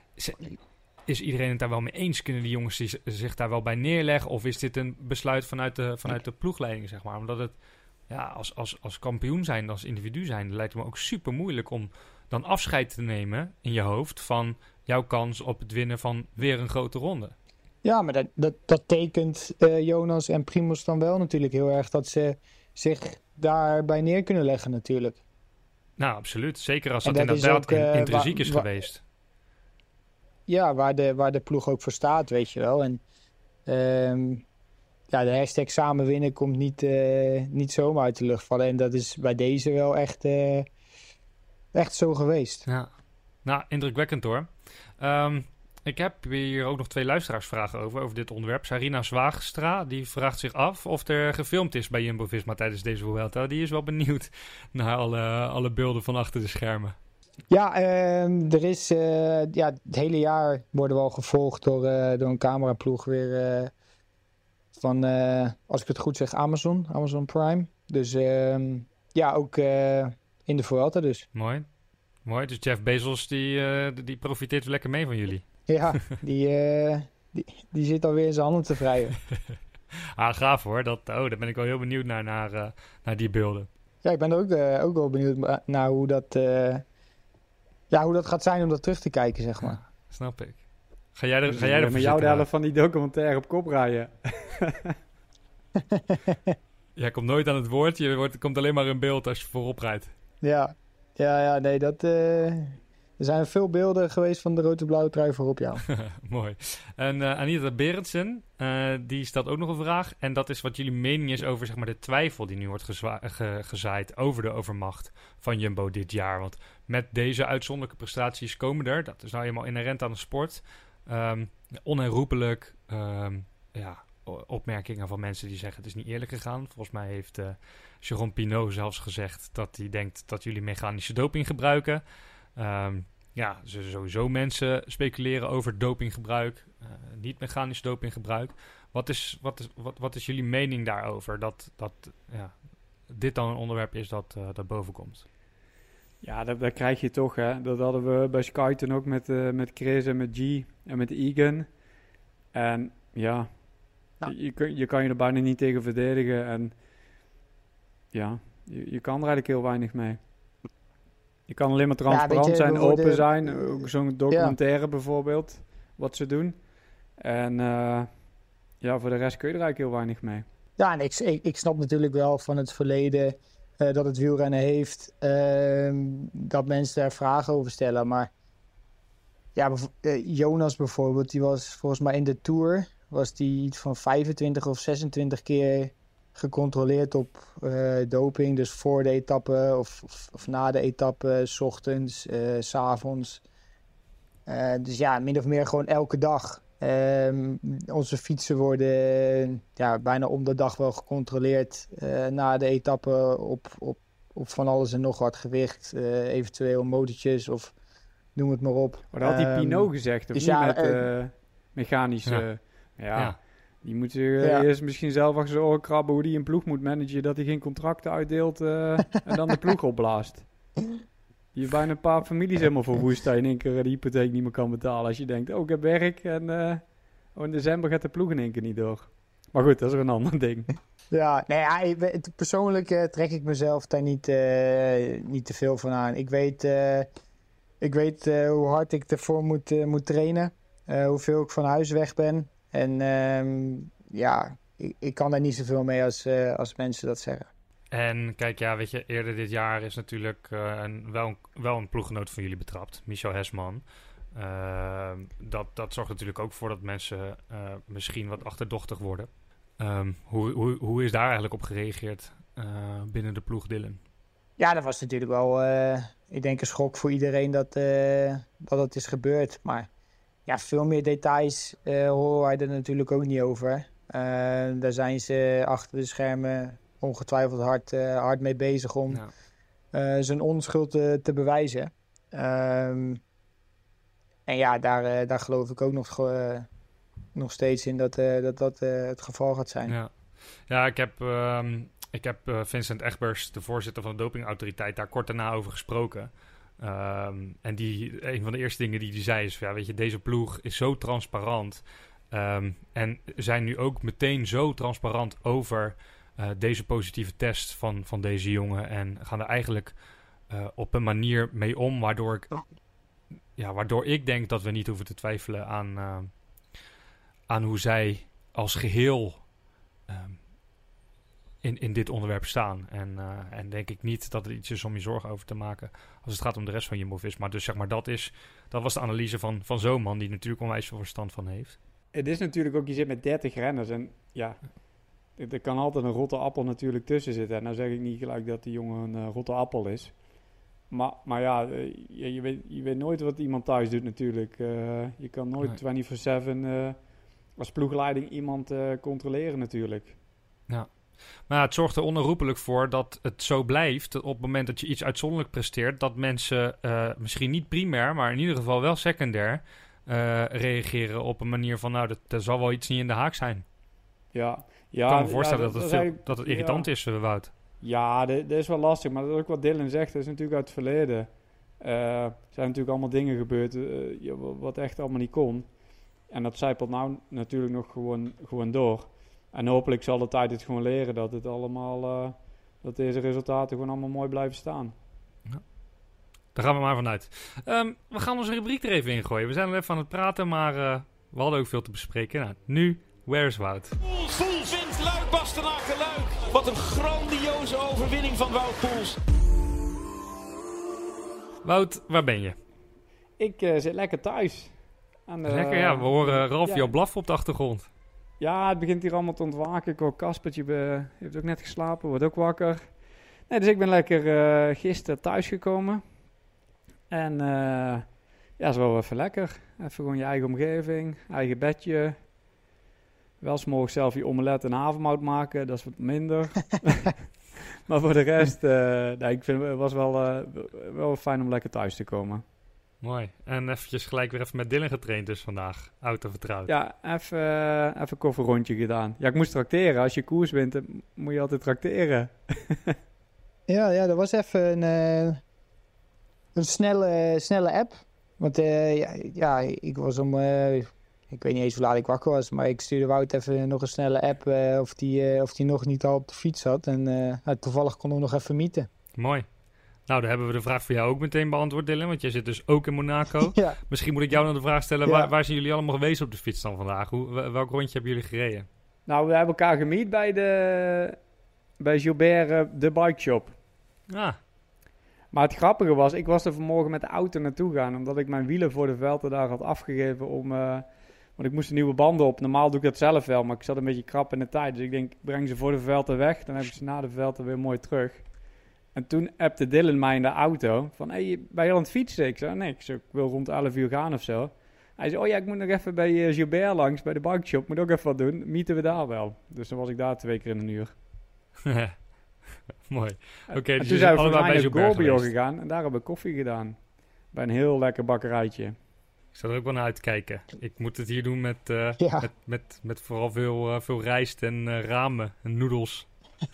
is iedereen het daar wel mee eens? Kunnen die jongens die zich daar wel bij neerleggen? Of is dit een besluit vanuit de, vanuit de ploegleiding, zeg maar? Omdat het, ja, als, als, als kampioen zijn, als individu zijn... lijkt het me ook super moeilijk om dan afscheid te nemen in je hoofd... van jouw kans op het winnen van weer een grote ronde. Ja, maar dat, dat, dat tekent uh, Jonas en Primoz dan wel natuurlijk heel erg... dat ze zich daarbij neer kunnen leggen natuurlijk. Nou, absoluut. Zeker als dat, dat inderdaad ook, uh, intrinsiek is wa- geweest. Ja, waar de, waar de ploeg ook voor staat, weet je wel. En um, ja, de hashtag samen winnen komt niet, uh, niet zomaar uit de lucht vallen. En dat is bij deze wel echt, uh, echt zo geweest. Ja, nou, indrukwekkend hoor. Um, ik heb hier ook nog twee luisteraarsvragen over, over dit onderwerp. Sarina Zwaagstra, die vraagt zich af of er gefilmd is bij Jumbo-Visma tijdens deze Vuelta. Die is wel benieuwd naar alle, alle beelden van achter de schermen. Ja, uh, er is uh, ja, het hele jaar worden we al gevolgd door, uh, door een cameraploeg weer uh, van, uh, als ik het goed zeg, Amazon, Amazon Prime. Dus uh, ja, ook uh, in de Vuelta dus. Mooi. Mooi, dus Jeff Bezos die, uh, die profiteert lekker mee van jullie. Ja, die, uh, die, die zit alweer in zijn handen te vrijen. Ah, gaaf hoor. Dat, oh, daar ben ik wel heel benieuwd naar, naar, uh, naar die beelden. Ja, ik ben ook, uh, ook wel benieuwd naar hoe dat, uh, ja, hoe dat gaat zijn om dat terug te kijken, zeg maar. Ja, snap ik. Ga jij er, ga jij er met jou de helft van die documentaire op kop rijden? Jij komt nooit aan het woord. Je wordt, komt alleen maar in beeld als je voorop rijdt. Ja, ja, ja nee, dat... Uh... Er zijn veel beelden geweest van de rode-blauwe trui voorop, ja. Mooi. En uh, Anita Berendsen, uh, die stelt ook nog een vraag. En dat is wat jullie mening is over, zeg maar, de twijfel die nu wordt gezwa- ge- gezaaid over de overmacht van Jumbo dit jaar. Want met deze uitzonderlijke prestaties komen er, dat is nou eenmaal inherent aan de sport, um, onherroepelijk um, ja, opmerkingen van mensen die zeggen het is niet eerlijk gegaan. Volgens mij heeft uh, Jérôme Pinot zelfs gezegd dat hij denkt dat jullie mechanische doping gebruiken. Um, ja, sowieso mensen speculeren over dopinggebruik, uh, niet mechanisch dopinggebruik. Wat is, wat is, wat, wat is jullie mening daarover? Dat, dat ja, dit dan een onderwerp is dat, uh, dat boven komt? Ja, dat, dat krijg je toch, hè. Dat hadden we bij Sky toen ook met, uh, met Chris en met G en met Egan. En ja, ja. Je, je, kun, je kan je er bijna niet tegen verdedigen. En ja, je, je kan er eigenlijk heel weinig mee. Je kan alleen maar transparant ja, je, zijn, open worden, zijn. Ook zo'n documentaire ja. bijvoorbeeld, wat ze doen. En uh, ja, voor de rest kun je er eigenlijk heel weinig mee. Ja, en ik, ik, ik snap natuurlijk wel van het verleden uh, dat het wielrennen heeft, uh, dat mensen daar vragen over stellen. Maar ja, bev- uh, Jonas bijvoorbeeld, die was volgens mij in de Tour, was hij iets van vijfentwintig of zesentwintig keer gecontroleerd op uh, doping. Dus voor de etappe of, of, of na de etappe, 's ochtends, uh, 's avonds. Uh, dus ja, min of meer gewoon elke dag. Uh, onze fietsen worden uh, ja, bijna om de dag wel gecontroleerd uh, na de etappe op, op, op van alles en nog wat gewicht. Uh, eventueel motortjes of noem het maar op. Maar dat had die um, Pinot gezegd, of dus niet ja, met uh, uh, mechanische... Ja. Ja. Ja. Die moet zich uh, Ja. eerst misschien zelf achter zijn oren krabben hoe die een ploeg moet managen, dat hij geen contracten uitdeelt uh, en dan de ploeg opblaast. Je hebt bijna een paar families helemaal verwoest dat je in één keer de hypotheek niet meer kan betalen. Als je denkt, oh ik heb werk en uh, oh, in december gaat de ploeg in één keer niet door. Maar goed, dat is weer een ander ding. Ja, nee, ja, ik- persoonlijk uh, trek ik mezelf daar niet, uh, niet te veel van aan. Ik weet, uh, ik weet uh, hoe hard ik ervoor moet, uh, moet trainen. Uh, hoeveel ik van huis weg ben. En um, ja, ik, ik kan daar niet zoveel mee als, uh, als mensen dat zeggen. En kijk, ja, weet je, eerder dit jaar is natuurlijk uh, een, wel, een, wel een ploeggenoot van jullie betrapt, Michel Hesman. Uh, dat, dat zorgt natuurlijk ook voor dat mensen uh, misschien wat achterdochtig worden. Um, hoe, hoe, hoe is daar eigenlijk op gereageerd uh, binnen de ploeg, Dylan? Ja, dat was natuurlijk wel, uh, ik denk een schok voor iedereen dat, uh, dat het is gebeurd. Maar ja, veel meer details uh, horen wij er natuurlijk ook niet over. Uh, daar zijn ze achter de schermen ongetwijfeld hard, uh, hard mee bezig om Ja. uh, zijn onschuld uh, te bewijzen. Um, en ja, daar, uh, daar geloof ik ook nog, uh, nog steeds in dat uh, dat, dat uh, het geval gaat zijn. Ja, ja ik heb, um, ik heb uh, Vincent Egbers, de voorzitter van de dopingautoriteit, daar kort daarna over gesproken. Um, en die, een van de eerste dingen die hij zei is, ja, weet je, deze ploeg is zo transparant. Um, en zijn nu ook meteen zo transparant over uh, deze positieve test van, van deze jongen. En gaan er eigenlijk uh, op een manier mee om, waardoor ik, ja, waardoor ik denk dat we niet hoeven te twijfelen aan, uh, aan hoe zij als geheel um, in, in dit onderwerp staan. En, uh, en denk ik niet dat er iets is om je zorgen over te maken als het gaat om de rest van Jumbo-Visma. Dus zeg maar, dat, is, dat was de analyse van, van zo'n man die natuurlijk onwijs veel verstand van heeft. Het is natuurlijk ook, je zit met dertig renners en ja, er er kan altijd een rotte appel natuurlijk tussen zitten. En nou zeg ik niet gelijk dat die jongen een uh, rotte appel is. Maar, maar ja, uh, je, je, weet, je weet nooit wat iemand thuis doet natuurlijk. Uh, je kan nooit Nee. vierentwintig zeven uh, als ploegleiding iemand uh, controleren natuurlijk. Ja. Maar ja, het zorgt er onherroepelijk voor dat het zo blijft, dat op het moment dat je iets uitzonderlijk presteert, dat mensen uh, misschien niet primair, maar in ieder geval wel secundair uh, reageren op een manier van, nou, dat, er zal wel iets niet in de haak zijn. Ja, ja, Ik kan me voorstellen ja, dat, het dat, veel, is dat het irritant ja. is, uh, Wout. Ja, dat, dat is wel lastig, maar dat is ook wat Dylan zegt. Dat is natuurlijk uit het verleden. Uh, er zijn natuurlijk allemaal dingen gebeurd uh, ja, wat echt allemaal niet kon. En dat zijpelt nou natuurlijk nog gewoon, gewoon door. En hopelijk zal de tijd het gewoon leren dat het allemaal, uh, dat deze resultaten gewoon allemaal mooi blijven staan. Ja. Daar gaan we maar vanuit. Um, we gaan onze rubriek er even in gooien. We zijn al even aan het praten, maar uh, we hadden ook veel te bespreken. Nou, nu, Where's Wout? Poels wint Luik Bastenaken Luik. Wat een grandioze overwinning van Wout Poels. Wout, waar ben je? Ik uh, zit lekker thuis. En, uh, Lekker, ja. We horen Ralfio ja. blaffen op de achtergrond. Ja, het begint hier allemaal te ontwaken. Ik hoor Kaspertje, uh, heeft ook net geslapen, wordt ook wakker. Nee, dus ik ben lekker uh, gisteren thuisgekomen. En uh, ja, is wel even lekker. Even gewoon je eigen omgeving, eigen bedje. Wel 's morgens zelf je omelet en havermout maken, dat is wat minder. Maar voor de rest, uh, nee, ik vind het was wel, uh, wel fijn om lekker thuis te komen. Mooi. En eventjes gelijk weer even met Dylan getraind dus vandaag. Auto vertrouwd. Ja, even, uh, even een kofferrondje gedaan. Ja, ik moest trakteren. Als je koers wint, dan moet je altijd trakteren. Ja, ja, dat was even een, uh, een snelle, snelle app. Want uh, ja, ja, ik was om... Uh, ik weet niet eens hoe laat ik wakker was, maar ik stuurde Wout even nog een snelle app uh, of die, uh, of die nog niet al op de fiets zat. En uh, nou, toevallig kon ik nog even mieten. Mooi. Nou, dan hebben we de vraag voor jou ook meteen beantwoord, Dylan. Want jij zit dus ook in Monaco. Ja. Misschien moet ik jou nog de vraag stellen, Ja. waar, waar zijn jullie allemaal geweest op de fiets dan vandaag? Hoe, wel- welk rondje hebben jullie gereden? Nou, we hebben elkaar gemiet bij de bij Gilbert, uh, de bike shop. Ah, Maar het grappige was, ik was er vanmorgen met de auto naartoe gegaan, omdat ik mijn wielen voor de Vuelta daar had afgegeven om, uh, Want ik moest de nieuwe banden op. Normaal doe ik dat zelf wel, maar ik zat een beetje krap in de tijd. Dus ik denk, ik breng ze voor de Vuelta weg. Dan heb ik ze na de Vuelta weer mooi terug. En toen appte Dylan mij in de auto van, hey, ben je aan het fietsen? Ik zei, nee, ik, zei, ik wil rond elf uur gaan of zo. Hij zei, oh ja, ik moet nog even bij uh, Gilbert langs, bij de bikeshop. Moet ook even wat doen. Mieten we daar wel. Dus dan was ik daar twee keer in een uur. Mooi. Oké, okay, dus toen zijn we volgens mij naar Gorbio gegaan. En daar hebben we koffie gedaan. Bij een heel lekker bakkerijtje. Ik zou er ook wel naar uitkijken. Ik moet het hier doen met, uh, ja. met, met, met vooral veel, uh, veel rijst en uh, ramen en noedels.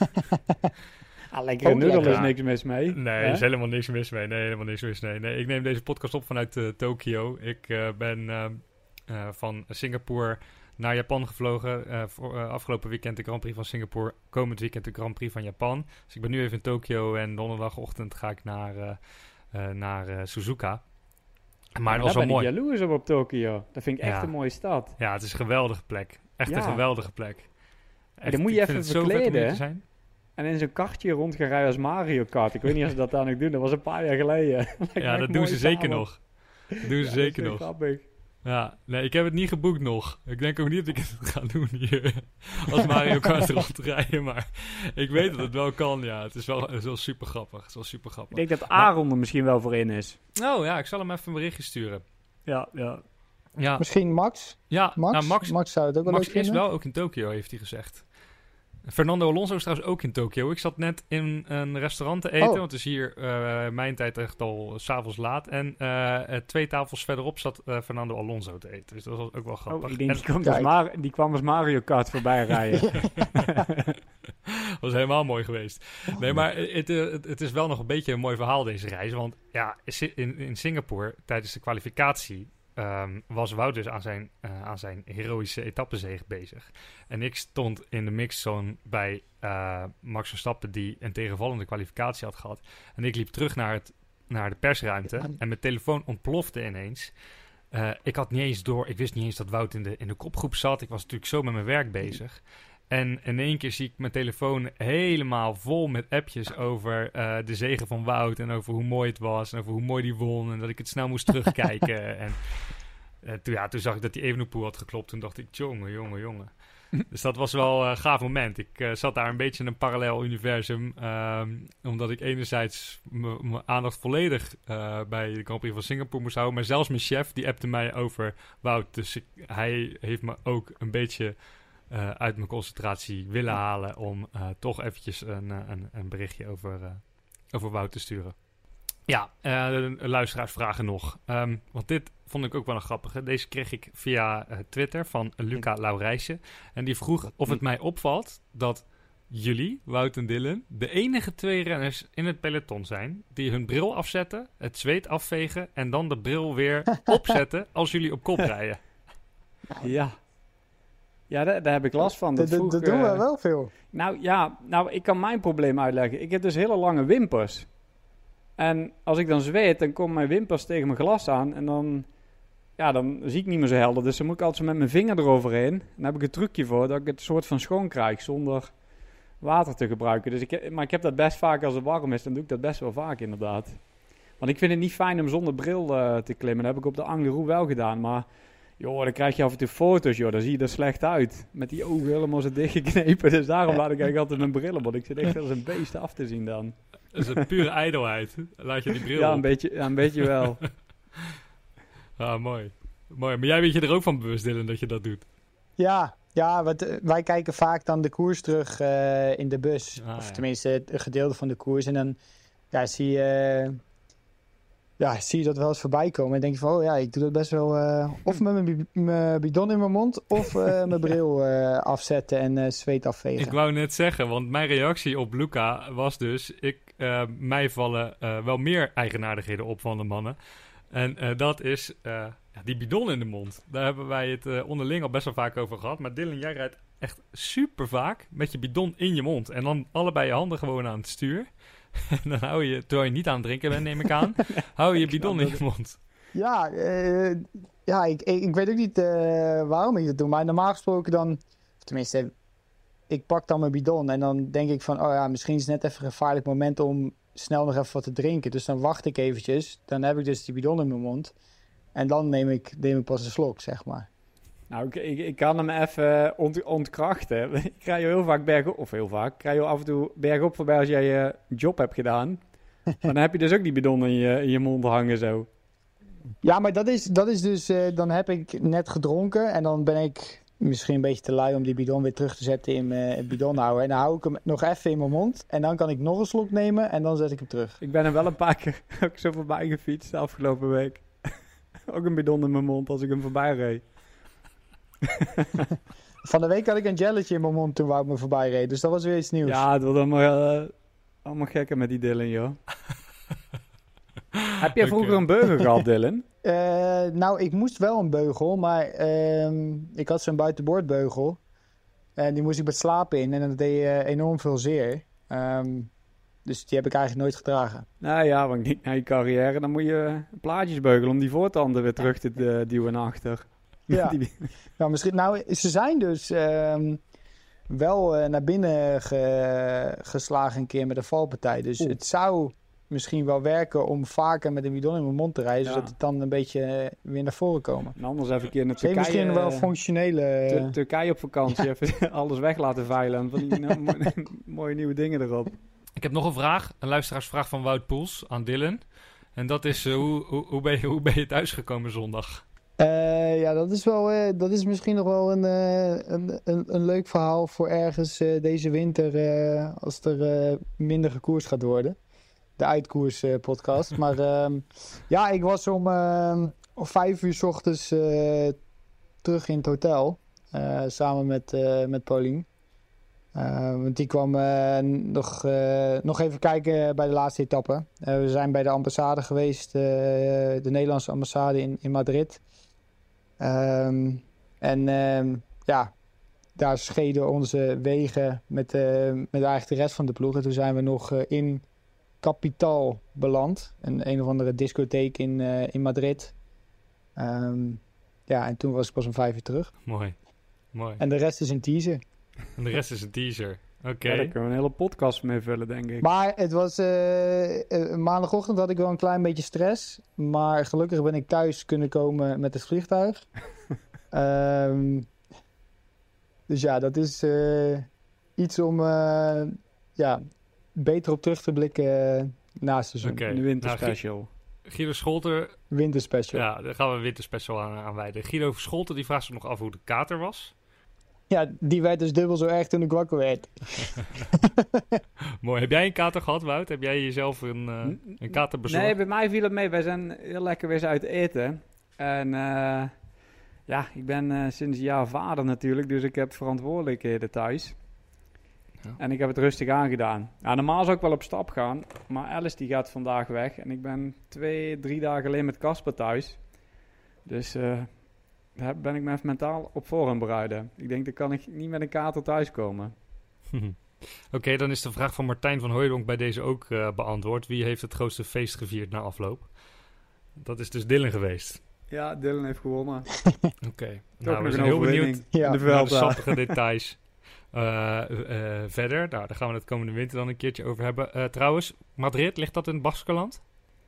Ah, lekkere noedel is niks mis mee. Nee, er is helemaal niks mis mee. Nee, helemaal niks mis mee. Nee, ik neem deze podcast op vanuit uh, Tokio. Ik uh, ben uh, uh, van Singapore naar Japan gevlogen. Uh, voor, uh, afgelopen weekend de Grand Prix van Singapore. Komend weekend de Grand Prix van Japan. Dus ik ben nu even in Tokio en donderdagochtend ga ik naar, uh, uh, naar uh, Suzuka. Maar dat was wel mooi. Ik ben jaloers op op Tokio. Dat vind ik echt ja. een mooie stad. Ja, het is een geweldige plek. Echt ja. een geweldige plek. Echt, dan moet je even verkleden, hè? En in zo'n kartje rond gaan rijden als Mario Kart. Ik weet niet of ze dat daar nog doen. Dat was een paar jaar geleden. Ja, dat doen ze zeker nog. Dat doen ze ja, zeker dat nog. Grappig. Ja, nee, ik heb het niet geboekt nog. Ik denk ook niet dat ik het ga doen hier. Als Mario Kart rondrijden. Maar ik weet dat het wel kan, ja. Het is wel, het is wel super grappig. Het is wel super grappig. Ik denk dat Aaron maar, er misschien wel voor in is. Oh ja, ik zal hem even een berichtje sturen. Ja, ja. ja. Misschien Max? Ja, Max? Nou, Max, Max zou het ook wel Max leuk is vinden. wel ook in Tokio, heeft hij gezegd. Fernando Alonso is trouwens ook in Tokio. Ik zat net in een restaurant te eten, oh. want het is hier uh, mijn tijd echt al 's avonds laat. En uh, twee tafels verderop zat uh, Fernando Alonso te eten. Dus dat was ook wel grappig. Oh, ik denk, die, kwam als Mar- die kwam als Mario Kart voorbij rijden. Dat was helemaal mooi geweest. Nee, maar het, het, het is wel nog een beetje een mooi verhaal deze reis. Want ja, in, in Singapore tijdens de kwalificatie Um, was Wout dus aan zijn, uh, aan zijn heroïsche etappenzege bezig. En ik stond in de mixzone bij uh, Max Verstappen, die een tegenvallende kwalificatie had gehad. En ik liep terug naar, het, naar de persruimte en mijn telefoon ontplofte ineens. Uh, ik had niet eens door, ik wist niet eens dat Wout in de, in de kopgroep zat. Ik was natuurlijk zo met mijn werk bezig. En in één keer zie ik mijn telefoon helemaal vol met appjes over uh, de zege van Wout. En over hoe mooi het was. En over hoe mooi die won. En dat ik het snel moest terugkijken. en uh, toen, ja, toen zag ik dat die Evenepoel had geklopt. Toen dacht ik, jongen, jongen, jongen. Dus dat was wel een gaaf moment. Ik uh, zat daar een beetje in een parallel universum. Um, omdat ik enerzijds mijn aandacht volledig uh, bij de Grand Prix van Singapore moest houden. Maar zelfs mijn chef, die appte mij over Wout. Dus ik, hij heeft me ook een beetje Uh, uit mijn concentratie willen halen om uh, toch eventjes een, een, een berichtje over, uh, over Wout te sturen. Ja, uh, de luisteraars vragen nog. Um, want dit vond ik ook wel een grappige. Deze kreeg ik via uh, Twitter van Luca Laurijsen. En die vroeg of het mij opvalt dat jullie, Wout en Dylan, de enige twee renners in het peloton zijn die hun bril afzetten, het zweet afvegen en dan de bril weer opzetten als jullie op kop rijden. Ja. Ja, daar, daar heb ik last van. Dat, dat, vroeg, dat doen we uh, wel veel. Nou ja, nou, ik kan mijn probleem uitleggen. Ik heb dus hele lange wimpers. En als ik dan zweet, dan komen mijn wimpers tegen mijn glas aan. En dan, ja, dan zie ik niet meer zo helder. Dus dan moet ik altijd zo met mijn vinger eroverheen. En daar heb ik een trucje voor, dat ik het soort van schoon krijg zonder water te gebruiken. Dus ik, maar ik heb dat best vaak als het warm is. Dan doe ik dat best wel vaak inderdaad. Want ik vind het niet fijn om zonder bril uh, te klimmen. Dat heb ik op de Angliru wel gedaan, maar joh, dan krijg je af en toe foto's, joh. Dan zie je er slecht uit. Met die ogen helemaal zo dichtgeknepen. Dus daarom laat ik eigenlijk altijd mijn bril op. Want ik zit echt als een beest af te zien dan. Dat is een pure ijdelheid. Laat je die bril ja, op. Een beetje, ja, een beetje wel. Ah, mooi. Mooi. Maar jij weet je er ook van bewust, Dylan, dat je dat doet? Ja, ja wat, uh, wij kijken vaak dan de koers terug uh, in de bus. Ah, of ja. tenminste, een gedeelte van de koers. En dan ja, zie je... Uh, Ja, zie je dat wel eens voorbij komen en denk je van, oh ja, ik doe dat best wel uh, of met mijn, bi- mijn bidon in mijn mond of uh, mijn bril uh, afzetten en uh, zweet afvegen. Ik wou net zeggen, want mijn reactie op Luca was dus, ik, uh, mij vallen uh, wel meer eigenaardigheden op van de mannen. En uh, dat is uh, ja, die bidon in de mond. Daar hebben wij het uh, onderling al best wel vaak over gehad. Maar Dylan, jij rijdt echt super vaak met je bidon in je mond. En dan allebei je handen gewoon aan het stuur. En dan hou je, terwijl je niet aan het drinken bent, neem ik aan, hou je je bidon in je mond. Ja, uh, ja ik, ik, ik weet ook niet uh, waarom ik dat doe. Maar normaal gesproken dan, of tenminste, ik pak dan mijn bidon. En dan denk ik van, oh ja, misschien is het net even een gevaarlijk moment om snel nog even wat te drinken. Dus dan wacht ik eventjes. Dan heb ik dus die bidon in mijn mond. En dan neem ik, neem ik pas een slok, zeg maar. Nou, ik, ik, ik kan hem even ont, ontkrachten. Ik krijg je heel vaak bergop, of heel vaak, krijg je af en toe bergop voorbij als jij je job hebt gedaan. Maar dan heb je dus ook die bidon in je, in je mond hangen zo. Ja, maar dat is, dat is dus, uh, dan heb ik net gedronken en dan ben ik misschien een beetje te lui om die bidon weer terug te zetten in mijn bidonhouder. En dan hou ik hem nog even in mijn mond en dan kan ik nog een slok nemen en dan zet ik hem terug. Ik ben er wel een paar keer ook zo voorbij gefietst de afgelopen week. Ook een bidon in mijn mond als ik hem voorbij reed. Van de week had ik een jelletje in mijn mond toen wou ik me voorbij reed, dus dat was weer iets nieuws. Ja, het was allemaal, uh, allemaal gekker met die Dylan, joh. Heb jij vroeger okay. een beugel gehad, Dylan? Uh, nou, ik moest wel een beugel, maar uh, ik had zo'n buitenboordbeugel. En die moest ik met slapen in en dat deed uh, enorm veel zeer. Um, dus die heb ik eigenlijk nooit gedragen. Nou ja, want ik na je carrière, dan moet je plaatjes beugelen om die voortanden weer terug te uh, duwen naar achter. Ja, die... nou, misschien, nou, ze zijn dus uh, wel uh, naar binnen ge, geslagen een keer met een valpartij. Dus Oeh. Het zou misschien wel werken om vaker met een bidon in mijn mond te rijden, ja. Zodat het dan een beetje weer naar voren komen. En anders even een keer naar Turkije. Misschien wel functionele... Tur- Turkije op vakantie, ja. Even alles weg laten veilen en van die nou, mooie, mooie nieuwe dingen erop. Ik heb nog een vraag, een luisteraarsvraag van Wout Poels aan Dylan. En dat is, uh, hoe, hoe, hoe, ben je, hoe ben je thuisgekomen zondag? Uh, ja, dat is, wel, uh, dat is misschien nog wel een, uh, een, een, een leuk verhaal voor ergens uh, deze winter, uh, als er uh, minder gekoerst gaat worden. De uitkoers uh, podcast. Maar uh, ja, ik was om, uh, om vijf uur 's ochtends uh, terug in het hotel. Uh, samen met, uh, met Paulien. Uh, want die kwam uh, nog, uh, nog even kijken bij de laatste etappe. Uh, we zijn bij de ambassade geweest. Uh, de Nederlandse ambassade in, in Madrid. Um, en um, ja, daar scheiden onze wegen met, uh, met eigenlijk de rest van de ploeg. En toen zijn we nog uh, in Capital beland. Een, een of andere discotheek in, uh, in Madrid. Um, ja, en toen was ik pas om vijf uur terug. Mooi, mooi. En de rest is een teaser. En de rest is een teaser. Oké. Okay. Ja, daar kunnen we een hele podcast mee vullen, denk ik. Maar het was... Uh, uh, maandagochtend had ik wel een klein beetje stress. Maar gelukkig ben ik thuis kunnen komen met het vliegtuig. um, dus ja, dat is uh, iets om uh, ja, beter op terug te blikken uh, na het seizoen. Okay. De winterspecial. Nou, Guido Scholter... Winterspecial. Ja, daar gaan we een winterspecial aan, aan wijden. Guido Scholter die vraagt zich nog af hoe de kater was. Ja, die werd dus dubbel zo erg toen ik wakker werd. Mooi. Heb jij een kater gehad, Wout? Heb jij jezelf een, uh, een kater bezorgd? Nee, bij mij viel het mee. Wij zijn heel lekker weer uit eten. En uh, ja, ik ben uh, sinds een jaar vader natuurlijk, dus ik heb verantwoordelijkheden thuis. Ja. En ik heb het rustig aangedaan. Nou, normaal zou ik wel op stap gaan, maar Alice die gaat vandaag weg. En ik ben twee, drie dagen alleen met Casper thuis. Dus... Uh, daar ben ik me even mentaal op voor aan bereiden. Ik denk, dan kan ik niet met een kater thuiskomen. Oké, okay, dan is de vraag van Martijn van Hooijdonk bij deze ook uh, beantwoord. Wie heeft het grootste feest gevierd na afloop? Dat is dus Dylan geweest. Ja, Dylan heeft gewonnen. Oké, okay. Nou, we zijn heel benieuwd ja. naar de sappige details. Uh, uh, verder, nou, daar gaan we het komende winter dan een keertje over hebben. Uh, trouwens, Madrid, ligt dat in het Baskenland?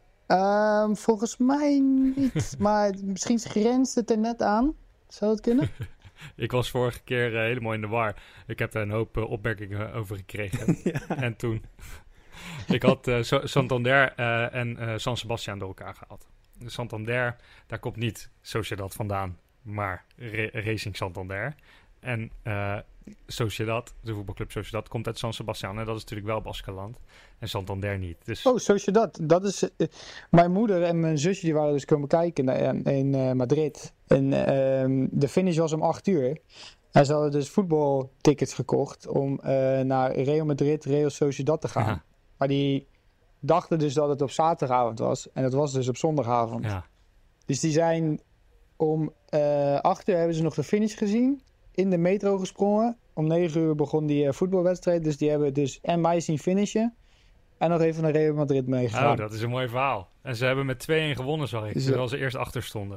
Um, volgens mij niet, maar misschien grenst het er net aan. Zou het kunnen? Ik was vorige keer uh, helemaal in de war. Ik heb daar een hoop uh, opmerkingen over gekregen. Ja. En toen... ik had uh, so- Santander uh, en uh, San Sebastian door elkaar gehaald. De Santander, daar komt niet Sociedad vandaan, maar Re- Racing Santander. En uh, Sociedad, de voetbalclub Sociedad, komt uit San Sebastian. En dat is natuurlijk wel Baskenland. En Santander niet. Dus... Oh, Sociedad. Dat is... Uh, mijn moeder en mijn zusje die waren dus komen kijken in, in uh, Madrid. En uh, de finish was om acht uur. En ze hadden dus voetbaltickets gekocht om uh, naar Real Madrid, Real Sociedad te gaan. Ja. Maar die dachten dus dat het op zaterdagavond was. En dat was dus op zondagavond. Ja. Dus die zijn om uh, acht uur hebben ze nog de finish gezien. In de metro gesprongen. Om negen uur begon die uh, voetbalwedstrijd. Dus die hebben dus en mij zien finishen. En nog even naar Real Madrid meegegaan. Oh, dat is een mooi verhaal. En ze hebben met twee-een gewonnen, zag ik. Terwijl ze eerst achter stonden.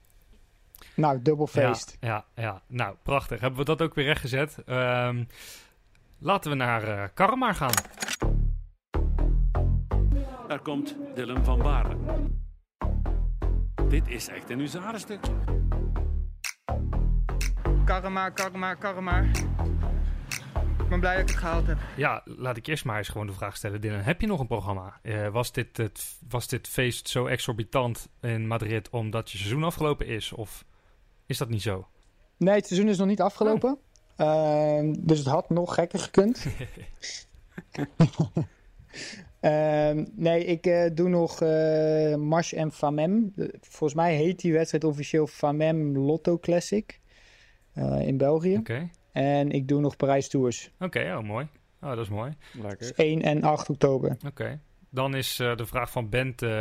Nou, dubbel feest. Ja, ja, ja. Nou, prachtig. Hebben we dat ook weer rechtgezet. Um, laten we naar uh, Karmar gaan. Daar komt Dylan van Baarle. Dit is echt een huzarenstuk. karma, karma, karma. Ik ben blij dat ik het gehaald heb. Ja, laat ik eerst maar eens gewoon de vraag stellen, Dylan. Heb je nog een programma? Uh, was, dit het, was dit feest zo exorbitant in Madrid omdat je seizoen afgelopen is? Of is dat niet zo? Nee, het seizoen is nog niet afgelopen. Oh. Uh, dus het had nog gekker gekund. uh, nee, ik uh, doe nog uh, Marche en Famem. Volgens mij heet die wedstrijd officieel Famem Lotto Classic. Uh, in België. Oké. Okay. En ik doe nog Parijs Tours. Oké, okay, oh mooi. Oh, dat is mooi. Lekker. Dus één en acht oktober. Oké. Okay. Dan is uh, de vraag van Bent uh,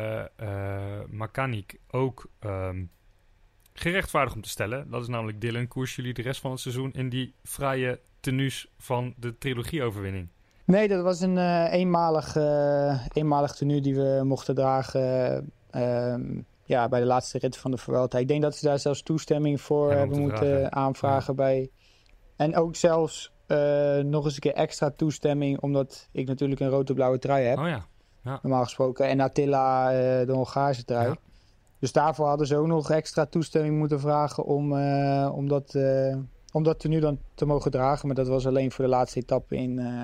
uh, Makanik ook um, gerechtvaardigd om te stellen. Dat is namelijk, Dylan, koers jullie de rest van het seizoen in die fraaie tenues van de trilogie-overwinning? Nee, dat was een uh, eenmalig, uh, eenmalig tenue die we mochten dragen uh, um, ja, bij de laatste rit van de Vuelta. Ik denk dat ze daar zelfs toestemming voor hebben ja, moeten dragen. aanvragen ja. bij... En ook zelfs uh, nog eens een keer extra toestemming, omdat ik natuurlijk een rood-blauwe trui heb. Oh ja. Ja. Normaal gesproken. En Attila uh, de Hongaarse trui. Ja. Dus daarvoor hadden ze ook nog extra toestemming moeten vragen om, uh, om, dat, uh, om dat tenue dan te mogen dragen. Maar dat was alleen voor de laatste etappe in, uh,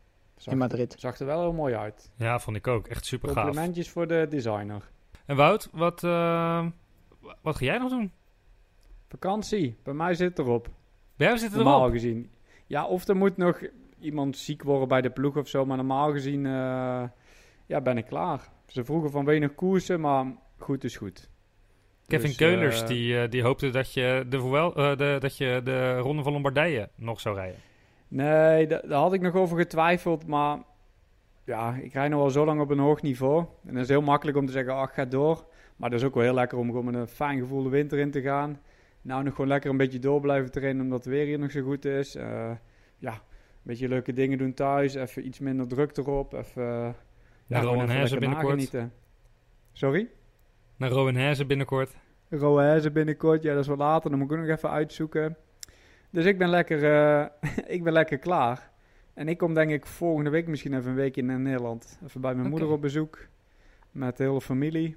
in Madrid. Zag er wel heel mooi uit. Ja, vond ik ook. Echt super gaaf. Complimentjes voor de designer. En Wout, wat, uh, wat ga jij nog doen? Vakantie. Bij mij zit het erop. Bij jou zit het normaal erop? gezien. Ja, of er moet nog iemand ziek worden bij de ploeg of zo. Maar normaal gezien uh, ja, ben ik klaar. Ze vroegen van wil je nog koersen, maar goed is goed. Kevin dus, Keulers, uh, die, uh, die hoopte dat je de, uh, de, dat je de Ronde van Lombardije nog zou rijden. Nee, da- daar had ik nog over getwijfeld. Maar ja, ik rijd nog wel zo lang op een hoog niveau. En dat is heel makkelijk om te zeggen, ach, ga door. Maar dat is ook wel heel lekker om gewoon met een fijn gevoel de winter in te gaan. Nou, nog gewoon lekker een beetje door blijven trainen, omdat het weer hier nog zo goed is. Uh, ja, een beetje leuke dingen doen thuis. Even iets minder druk erop. Even, uh, ja, Rowan Herzen binnenkort. Nagenieten. Sorry? Naar Rowan Herzen binnenkort. Rowan Herzen binnenkort, ja, dat is wat later. Dan moet ik ook nog even uitzoeken. Dus ik ben lekker, uh, ik ben lekker klaar. En ik kom denk ik volgende week misschien even een week in Nederland. Even bij mijn okay. moeder op bezoek. Met de hele familie.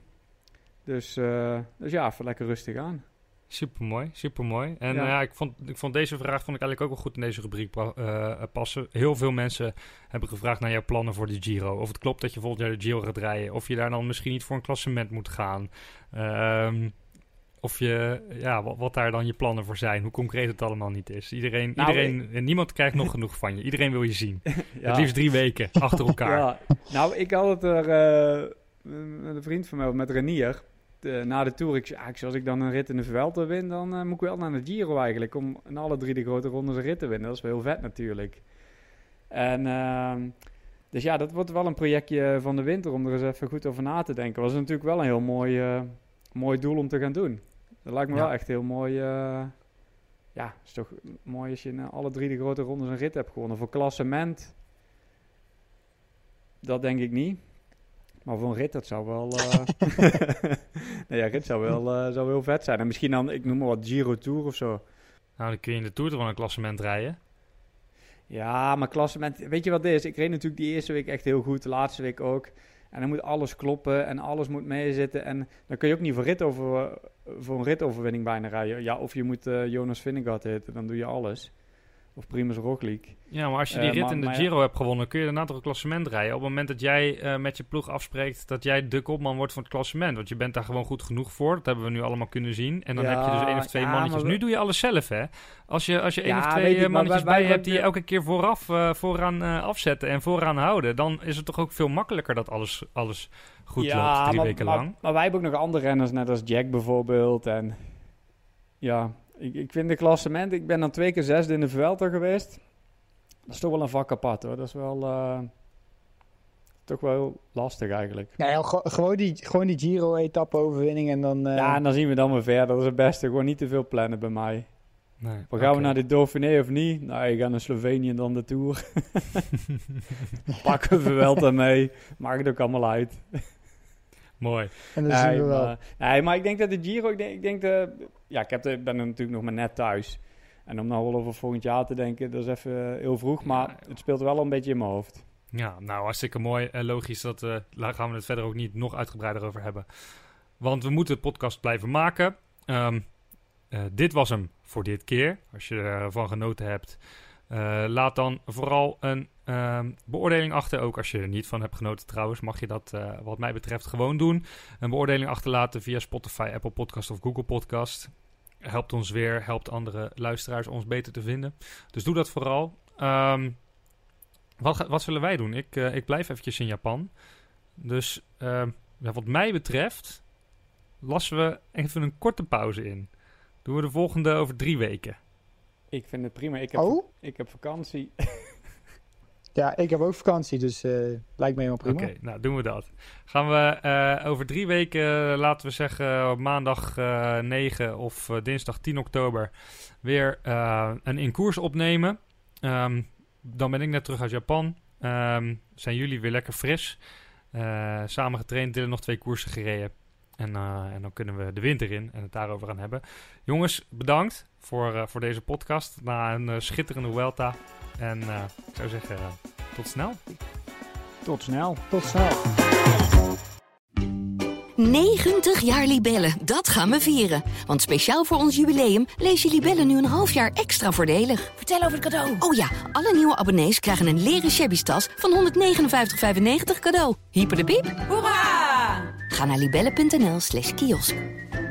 Dus, uh, dus ja, even lekker rustig aan. Supermooi, supermooi. En ja. Uh, ja, ik, vond, ik vond deze vraag vond ik eigenlijk ook wel goed in deze rubriek uh, passen. Heel veel mensen hebben gevraagd naar jouw plannen voor de Giro. Of het klopt dat je volgend jaar de Giro gaat rijden. Of je daar dan misschien niet voor een klassement moet gaan. Um, of je, ja, wat, wat daar dan je plannen voor zijn. Hoe concreet het allemaal niet is. Iedereen, nou, iedereen ik... niemand krijgt nog genoeg van je. Iedereen wil je zien. Ja. Het liefst drie weken achter elkaar. Ja. Nou, ik had het er uh, met een vriend van mij, met Renier... De, na de Tour, ik, ja, als ik dan een rit in de Vuelta win, dan uh, moet ik wel naar de Giro eigenlijk, om in alle drie de grote rondes een rit te winnen. Dat is wel heel vet natuurlijk. En uh, dus ja, dat wordt wel een projectje van de winter, om er eens even goed over na te denken. Dat was natuurlijk wel een heel mooi, uh, mooi doel om te gaan doen. Dat lijkt me ja. wel echt heel mooi. Uh, ja, het is toch mooi als je in alle drie de grote rondes een rit hebt gewonnen. Voor klassement, dat denk ik niet. Maar voor een rit, dat zou wel... Uh... nee, ja, rit zou wel, uh, zou wel heel vet zijn. En misschien dan, ik noem maar wat, Giro Tour of zo. Nou, dan kun je in de Tour toch wel een klassement rijden. Ja, maar klassement... Weet je wat het is? Ik reed natuurlijk die eerste week echt heel goed, de laatste week ook. En dan moet alles kloppen en alles moet meezitten. En dan kun je ook niet voor, rit over, voor een ritoverwinning bijna rijden. Ja, of je moet uh, Jonas Vingegaard hitten, dan doe je alles. Of Primož Roglič. Ja, maar als je die uh, rit maar, in de Giro ja. hebt gewonnen, kun je daarna toch een klassement rijden. Op het moment dat jij uh, met je ploeg afspreekt dat jij de kopman wordt van het klassement. Want je bent daar gewoon goed genoeg voor. Dat hebben we nu allemaal kunnen zien. En dan ja, heb je dus één of twee ja, mannetjes. We... Nu doe je alles zelf, hè? Als je, als je één ja, of twee ik, mannetjes bij je hebt die je elke keer vooraf uh, vooraan uh, afzetten en vooraan houden, dan is het toch ook veel makkelijker dat alles, alles goed ja, loopt drie maar, weken maar, lang. Maar wij hebben ook nog andere renners, net als Jack bijvoorbeeld. En ja, ik, ik vind de klassement... Ik ben dan twee keer zesde in de Vuelta geweest. Dat is toch wel een vak apart, hoor. Dat is wel uh, toch wel heel lastig eigenlijk. Ja, ja, go- gewoon die, gewoon die Giro-etappe-overwinning en dan... Uh... Ja, en dan zien we dan weer verder. Dat is het beste. Gewoon niet te veel plannen bij mij. Nee, we gaan okay. we naar de Dauphiné of niet? Nou, je gaat naar Slovenië en dan de Tour. Pakken we wel daarmee. Maakt het ook allemaal uit. Mooi. En dat zien we wel. Maar, nee, maar ik denk dat de Giro... Ik denk, ik denk de, ja, ik heb de, ben er natuurlijk nog maar net thuis. En om nou wel over volgend jaar te denken, dat is even heel vroeg. Maar ja, het speelt wel een beetje in mijn hoofd. Ja, nou hartstikke mooi. En logisch, dat, uh, daar gaan we het verder ook niet nog uitgebreider over hebben. Want we moeten de podcast blijven maken. Um, uh, dit was hem voor dit keer. Als je ervan genoten hebt, uh, laat dan vooral een uh, beoordeling achter. Ook als je er niet van hebt genoten trouwens, mag je dat uh, wat mij betreft gewoon doen. Een beoordeling achterlaten via Spotify, Apple Podcast of Google Podcast. Helpt ons weer, helpt andere luisteraars ons beter te vinden. Dus doe dat vooral. Um, wat, wat zullen wij doen? Ik, uh, ik blijf eventjes in Japan. Dus uh, ja, wat mij betreft lassen we even een korte pauze in. Doen we de volgende over drie weken. Ik vind het prima. Ik heb, oh? ik heb vakantie. Ja, ik heb ook vakantie, dus uh, lijkt me helemaal prima. Oké, okay, nou doen we dat. Gaan we uh, over drie weken, uh, laten we zeggen op maandag uh, negen of uh, dinsdag tien oktober... weer uh, een in koers opnemen. Um, dan ben ik net terug uit Japan. Um, zijn jullie weer lekker fris. Uh, samen getraind, Dylan nog twee koersen gereden. En, uh, en dan kunnen we de winter in en het daarover gaan hebben. Jongens, bedankt voor, uh, voor deze podcast. Na een uh, schitterende Vuelta. En uh, ik zou zeggen, uh, tot snel. Tot snel. Tot snel. negentig jaar Libellen, dat gaan we vieren. Want speciaal voor ons jubileum lees je Libellen nu een half jaar extra voordelig. Vertel over het cadeau. Oh ja, alle nieuwe abonnees krijgen een leren shabby tas van honderdnegenenvijftig vijfennegentig cadeau. Hyper de piep. Hoera! Ga naar libellen punt n l slash kiosk.